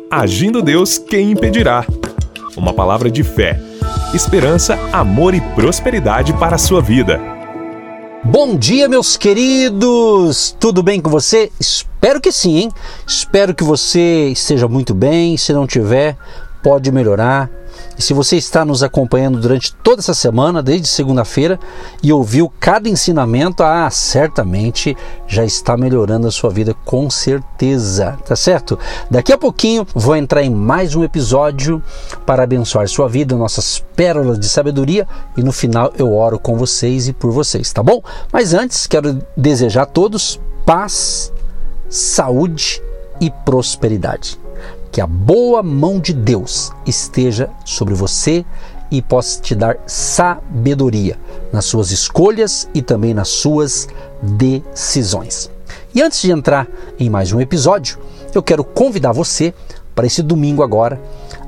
Agindo Deus, quem impedirá? Uma palavra de fé, esperança, amor e prosperidade para a sua vida. Bom dia, meus queridos! Tudo bem com você? Espero que sim, hein? Espero que você esteja muito bem. Se não tiver, pode melhorar. E se você está nos acompanhando durante toda essa semana, desde segunda-feira, e ouviu cada ensinamento, certamente já está melhorando a sua vida, com certeza, tá certo? Daqui a pouquinho vou entrar em mais um episódio para abençoar sua vida, nossas pérolas de sabedoria, e no final eu oro com vocês e por vocês, tá bom? Mas antes, quero desejar a todos paz, saúde e prosperidade. Que a boa mão de Deus esteja sobre você e possa te dar sabedoria nas suas escolhas e também nas suas decisões. E antes de entrar em mais um episódio, eu quero convidar você para esse domingo agora,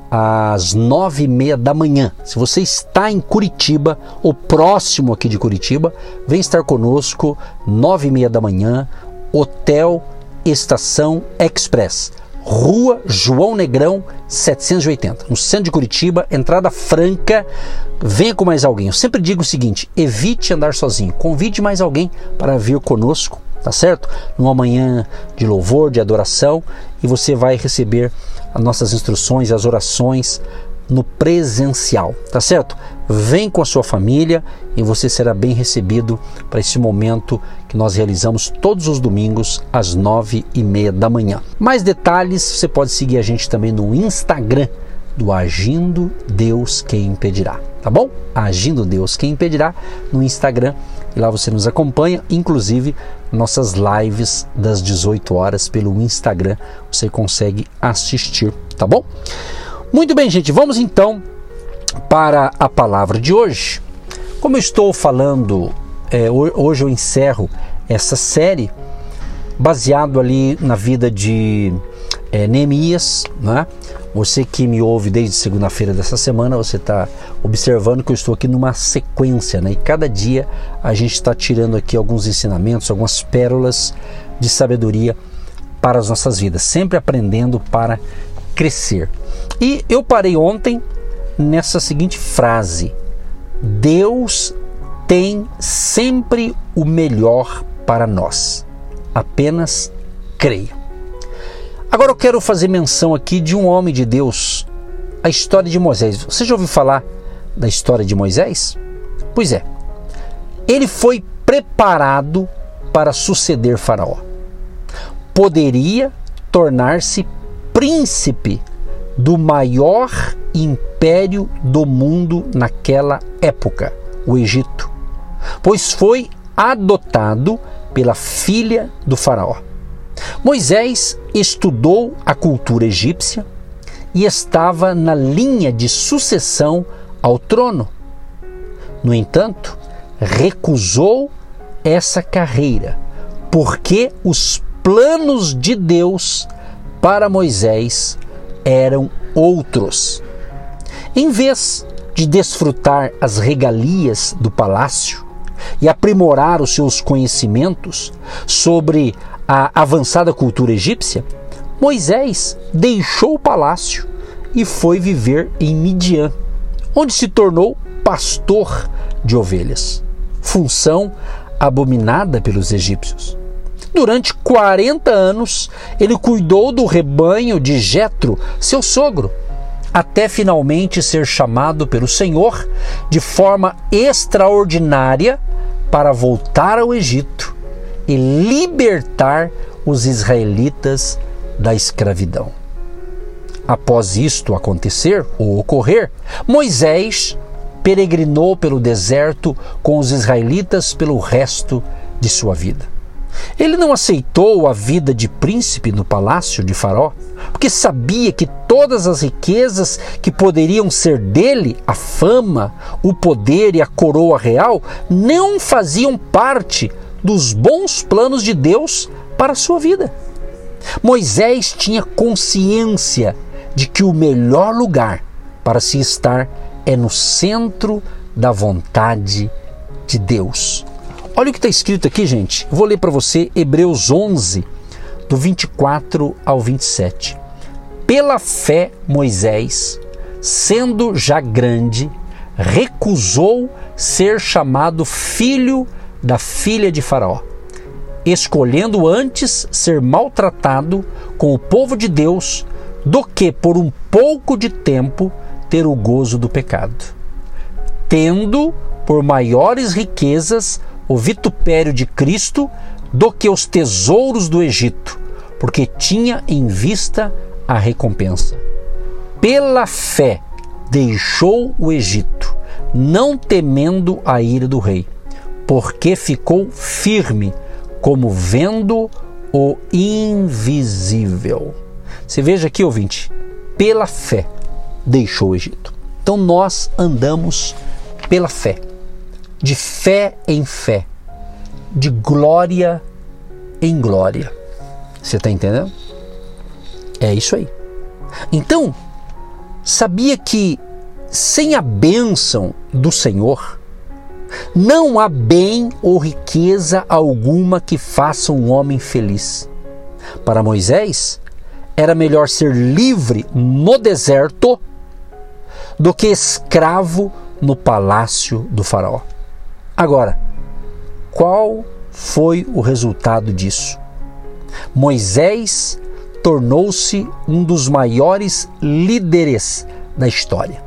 às 9h30 da manhã. Se você está em Curitiba ou próximo aqui de Curitiba, vem estar conosco, 9h30 da manhã, Hotel Estação Express. Rua João Negrão 780, no centro de Curitiba, entrada franca. Venha com mais alguém. Eu sempre digo o seguinte: evite andar sozinho, convide mais alguém para vir conosco, tá certo? Numa manhã de louvor, de adoração, e você vai receber as nossas instruções, as orações no presencial, tá certo? Vem com a sua família e você será bem recebido para esse momento que nós realizamos todos os domingos às 9h30 da manhã. Mais detalhes, você pode seguir a gente também no Instagram do Agindo Deus Quem Impedirá, tá bom? Agindo Deus Quem Impedirá no Instagram, e lá você nos acompanha, inclusive nossas lives das 18 horas pelo Instagram, você consegue assistir, tá bom? Muito bem, gente, vamos então para a palavra de hoje. Como eu estou falando, hoje eu encerro essa série baseado ali na vida de Neemias, né? Você que me ouve desde segunda-feira dessa semana, você está observando que eu estou aqui numa sequência, né? E cada dia a gente está tirando aqui alguns ensinamentos, algumas pérolas de sabedoria para as nossas vidas, sempre aprendendo para crescer. E eu parei ontem nessa seguinte frase: Deus tem sempre o melhor para nós, apenas creia. Agora eu quero fazer menção aqui de um homem de Deus, a história de Moisés. Você já ouviu falar da história de Moisés? Pois é, ele foi preparado para suceder Faraó. Poderia tornar-se príncipe do maior império do mundo naquela época, o Egito, pois foi adotado pela filha do faraó. Moisés estudou a cultura egípcia e estava na linha de sucessão ao trono. No entanto, recusou essa carreira, porque os planos de Deus para Moisés eram outros. Em vez de desfrutar as regalias do palácio e aprimorar os seus conhecimentos sobre a avançada cultura egípcia, Moisés deixou o palácio e foi viver em Midian, onde se tornou pastor de ovelhas, função abominada pelos egípcios. Durante 40 anos, ele cuidou do rebanho de Jetro, seu sogro, até finalmente ser chamado pelo Senhor de forma extraordinária para voltar ao Egito e libertar os israelitas da escravidão. Após isto acontecer ou ocorrer, Moisés peregrinou pelo deserto com os israelitas pelo resto de sua vida. Ele não aceitou a vida de príncipe no palácio de Faraó, porque sabia que todas as riquezas que poderiam ser dele, a fama, o poder e a coroa real, não faziam parte dos bons planos de Deus para a sua vida. Moisés tinha consciência de que o melhor lugar para se estar é no centro da vontade de Deus. Olha o que está escrito aqui, gente. Vou ler para você Hebreus 11, do 24 ao 27. pela fé Moisés, sendo já grande, recusou ser chamado filho da filha de Faraó, escolhendo antes ser maltratado com o povo de Deus do que por um pouco de tempo ter o gozo do pecado, tendo por maiores riquezas o vitupério de Cristo do que os tesouros do Egito, porque tinha em vista a recompensa. Pela fé deixou o Egito, não temendo a ira do rei, porque ficou firme, como vendo o invisível. Você veja aqui, ouvinte, pela fé deixou o Egito. Então nós andamos pela fé, de fé em fé, de glória em glória. Você está entendendo? É isso aí. Então, sabia que sem a bênção do Senhor, não há bem ou riqueza alguma que faça um homem feliz. Para Moisés, era melhor ser livre no deserto do que escravo no palácio do faraó. Agora, qual foi o resultado disso? Moisés tornou-se um dos maiores líderes da história.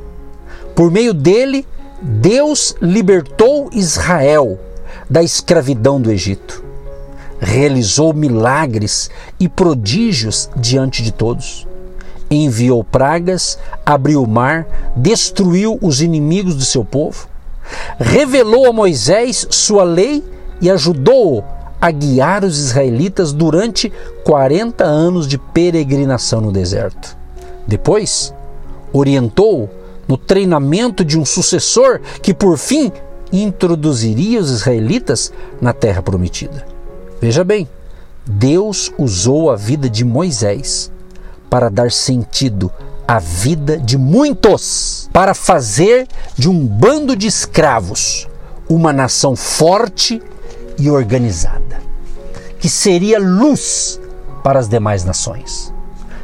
Por meio dele, Deus libertou Israel da escravidão do Egito. Realizou milagres e prodígios diante de todos. Enviou pragas, abriu o mar, destruiu os inimigos do seu povo. Revelou a Moisés sua lei e ajudou-o a guiar os israelitas durante 40 anos de peregrinação no deserto. Depois, orientou-o no treinamento de um sucessor que, por fim, introduziria os israelitas na terra prometida. Veja bem, Deus usou a vida de Moisés para dar sentido à vida de muitos, para fazer de um bando de escravos uma nação forte e organizada, que seria luz para as demais nações.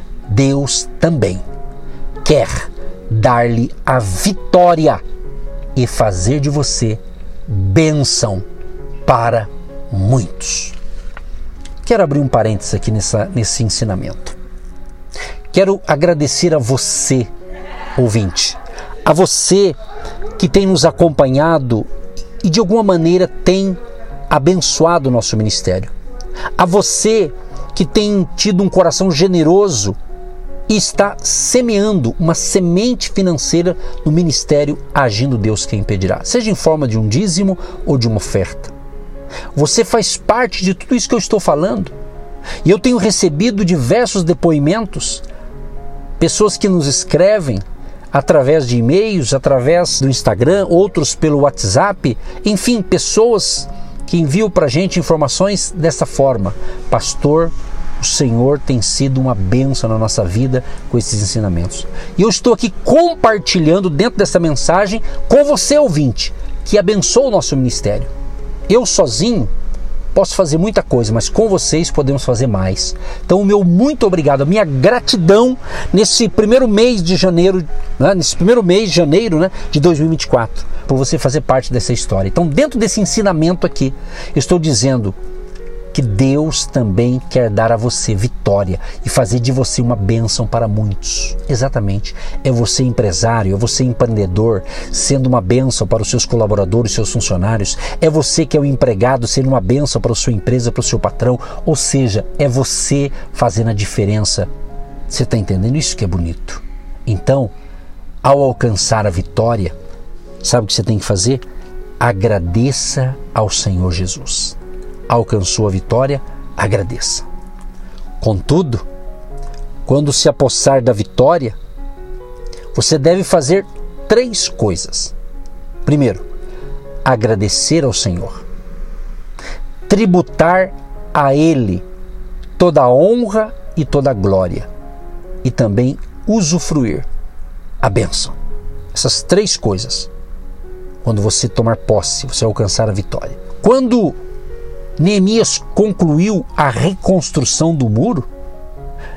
Deus também quer dar-lhe a vitória e fazer de você bênção para muitos. Quero abrir um parênteses aqui nesse ensinamento. Quero agradecer a você, ouvinte, a você que tem nos acompanhado e de alguma maneira tem abençoado o nosso ministério. A você que tem tido um coração generoso e está semeando uma semente financeira no ministério Agindo Deus Quem Impedirá, seja em forma de um dízimo ou de uma oferta. Você faz parte de tudo isso que eu estou falando. E eu tenho recebido diversos depoimentos, pessoas que nos escrevem através de e-mails, através do Instagram, outros pelo WhatsApp, enfim, pessoas que enviam para a gente informações dessa forma: pastor, o Senhor tem sido uma bênção na nossa vida com esses ensinamentos. E eu estou aqui compartilhando dentro dessa mensagem com você, ouvinte, que abençoa o nosso ministério. Eu sozinho posso fazer muita coisa, mas com vocês podemos fazer mais. Então o meu muito obrigado, a minha gratidão nesse primeiro mês de janeiro, de 2024, por você fazer parte dessa história. Então, dentro desse ensinamento aqui, eu estou dizendo que Deus também quer dar a você vitória e fazer de você uma bênção para muitos. Exatamente. É você empresário, é você empreendedor, sendo uma bênção para os seus colaboradores, seus funcionários. É você que é o empregado, sendo uma bênção para a sua empresa, para o seu patrão. Ou seja, é você fazendo a diferença. Você está entendendo? Isso que é bonito. Então, ao alcançar a vitória, sabe o que você tem que fazer? Agradeça ao Senhor Jesus. Alcançou a vitória, agradeça. Contudo, quando se apossar da vitória, você deve fazer 3 coisas. Primeiro, agradecer ao Senhor, tributar a Ele toda a honra e toda a glória, e também usufruir a bênção. Essas 3 coisas, quando você tomar posse, você alcançar a vitória. Quando Neemias concluiu a reconstrução do muro,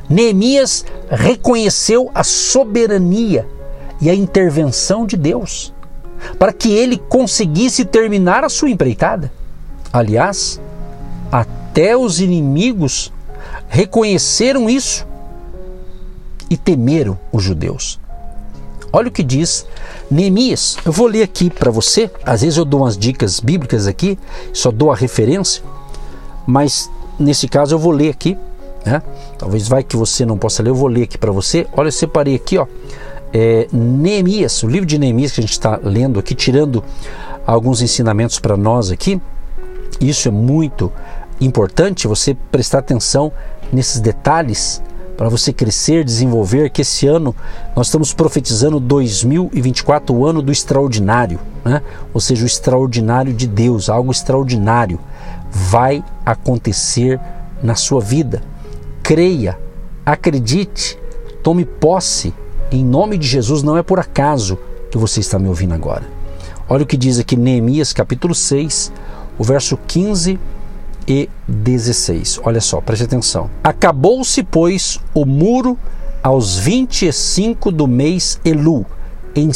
Neemias reconheceu a soberania e a intervenção de Deus para que ele conseguisse terminar a sua empreitada. Aliás, até os inimigos reconheceram isso e temeram os judeus. Olha o que diz Neemias. Eu vou ler aqui para você. Às vezes eu dou umas dicas bíblicas aqui, só dou a referência, mas nesse caso eu vou ler aqui, né? Talvez vai que você não possa ler, eu vou ler aqui para você. Olha, eu separei aqui, ó, Neemias, o livro de Neemias que a gente está lendo aqui, tirando alguns ensinamentos para nós aqui. Isso é muito importante, você prestar atenção nesses detalhes para você crescer, desenvolver, que esse ano nós estamos profetizando 2024, o ano do extraordinário, né? Ou seja, o extraordinário de Deus, algo extraordinário vai acontecer na sua vida. Creia, acredite, tome posse, em nome de Jesus. Não é por acaso que você está me ouvindo agora. Olha o que diz aqui Neemias capítulo 6, o verso 15 e 16. Olha só, preste atenção. Acabou-se, pois, o muro aos 25 do mês Elu, em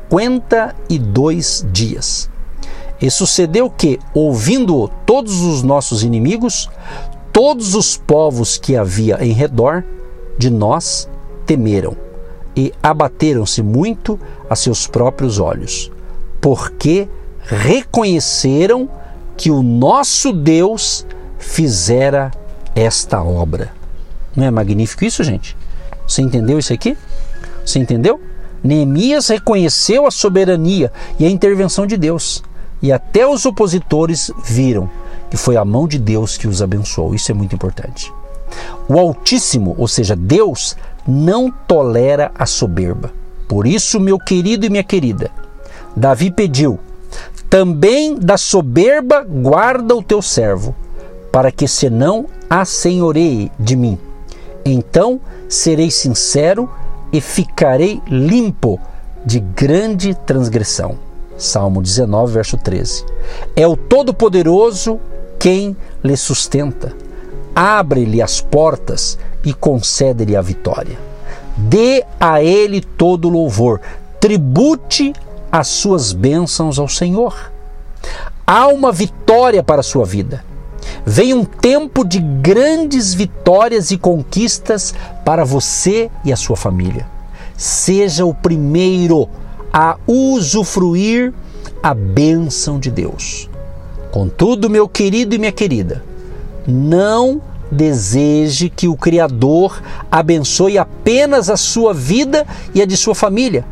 52 dias. E sucedeu que, ouvindo-o todos os nossos inimigos, todos os povos que havia em redor de nós temeram e abateram-se muito a seus próprios olhos, porque reconheceram que o nosso Deus fizera esta obra. Não é magnífico isso, gente? Você entendeu isso aqui? Você entendeu? Neemias reconheceu a soberania e a intervenção de Deus. E até os opositores viram que foi a mão de Deus que os abençoou. Isso é muito importante. O Altíssimo, ou seja, Deus, não tolera a soberba. Por isso, meu querido e minha querida, Davi pediu: também da soberba guarda o teu servo, para que se não assenhoreie de mim. Então serei sincero e ficarei limpo de grande transgressão. Salmo 19, verso 13. É o Todo-Poderoso quem lhe sustenta. Abre-lhe as portas e concede-lhe a vitória. Dê a ele todo louvor. Tribute as suas bênçãos ao Senhor. Há uma vitória para a sua vida. Vem um tempo de grandes vitórias e conquistas para você e a sua família. Seja o primeiro a usufruir a bênção de Deus. Contudo, meu querido e minha querida, não deseje que o Criador abençoe apenas a sua vida e a de sua família.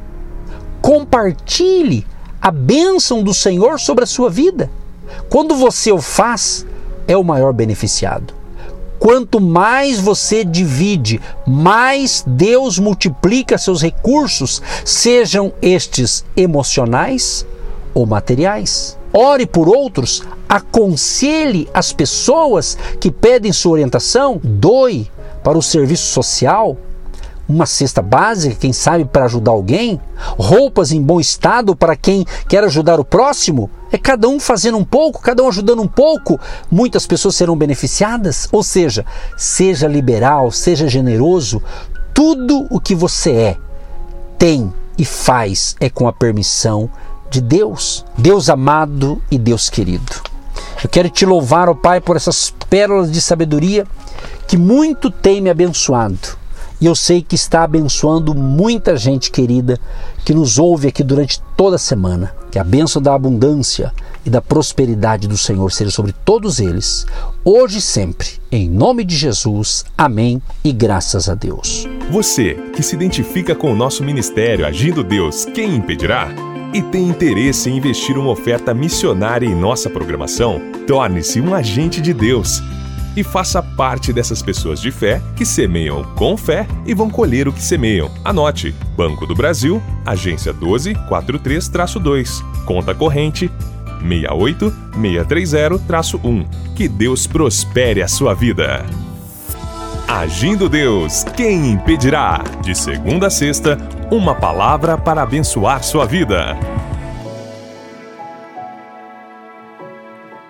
Compartilhe a bênção do Senhor sobre a sua vida. Quando você o faz, é o maior beneficiado. Quanto mais você divide, mais Deus multiplica seus recursos, sejam estes emocionais ou materiais. Ore por outros, aconselhe as pessoas que pedem sua orientação, doe para o serviço social, uma cesta básica, quem sabe para ajudar alguém, roupas em bom estado para quem quer ajudar o próximo. É cada um fazendo um pouco, cada um ajudando um pouco, muitas pessoas serão beneficiadas. Ou seja, seja liberal, seja generoso. Tudo o que você é, tem e faz é com a permissão de Deus. Deus amado e Deus querido, eu quero te louvar, ó Pai, por essas pérolas de sabedoria que muito tem me abençoado. E eu sei que está abençoando muita gente querida que nos ouve aqui durante toda a semana. Que a bênção da abundância e da prosperidade do Senhor seja sobre todos eles, hoje e sempre. Em nome de Jesus, amém e graças a Deus. Você que se identifica com o nosso ministério Agindo Deus, quem impedirá? E tem interesse em investir uma oferta missionária em nossa programação? Torne-se um agente de Deus e faça parte dessas pessoas de fé que semeiam com fé e vão colher o que semeiam. Anote: Banco do Brasil, agência 1243-2, conta corrente 68630-1. Que Deus prospere a sua vida. Agindo Deus, quem impedirá? De segunda a sexta, uma palavra para abençoar sua vida.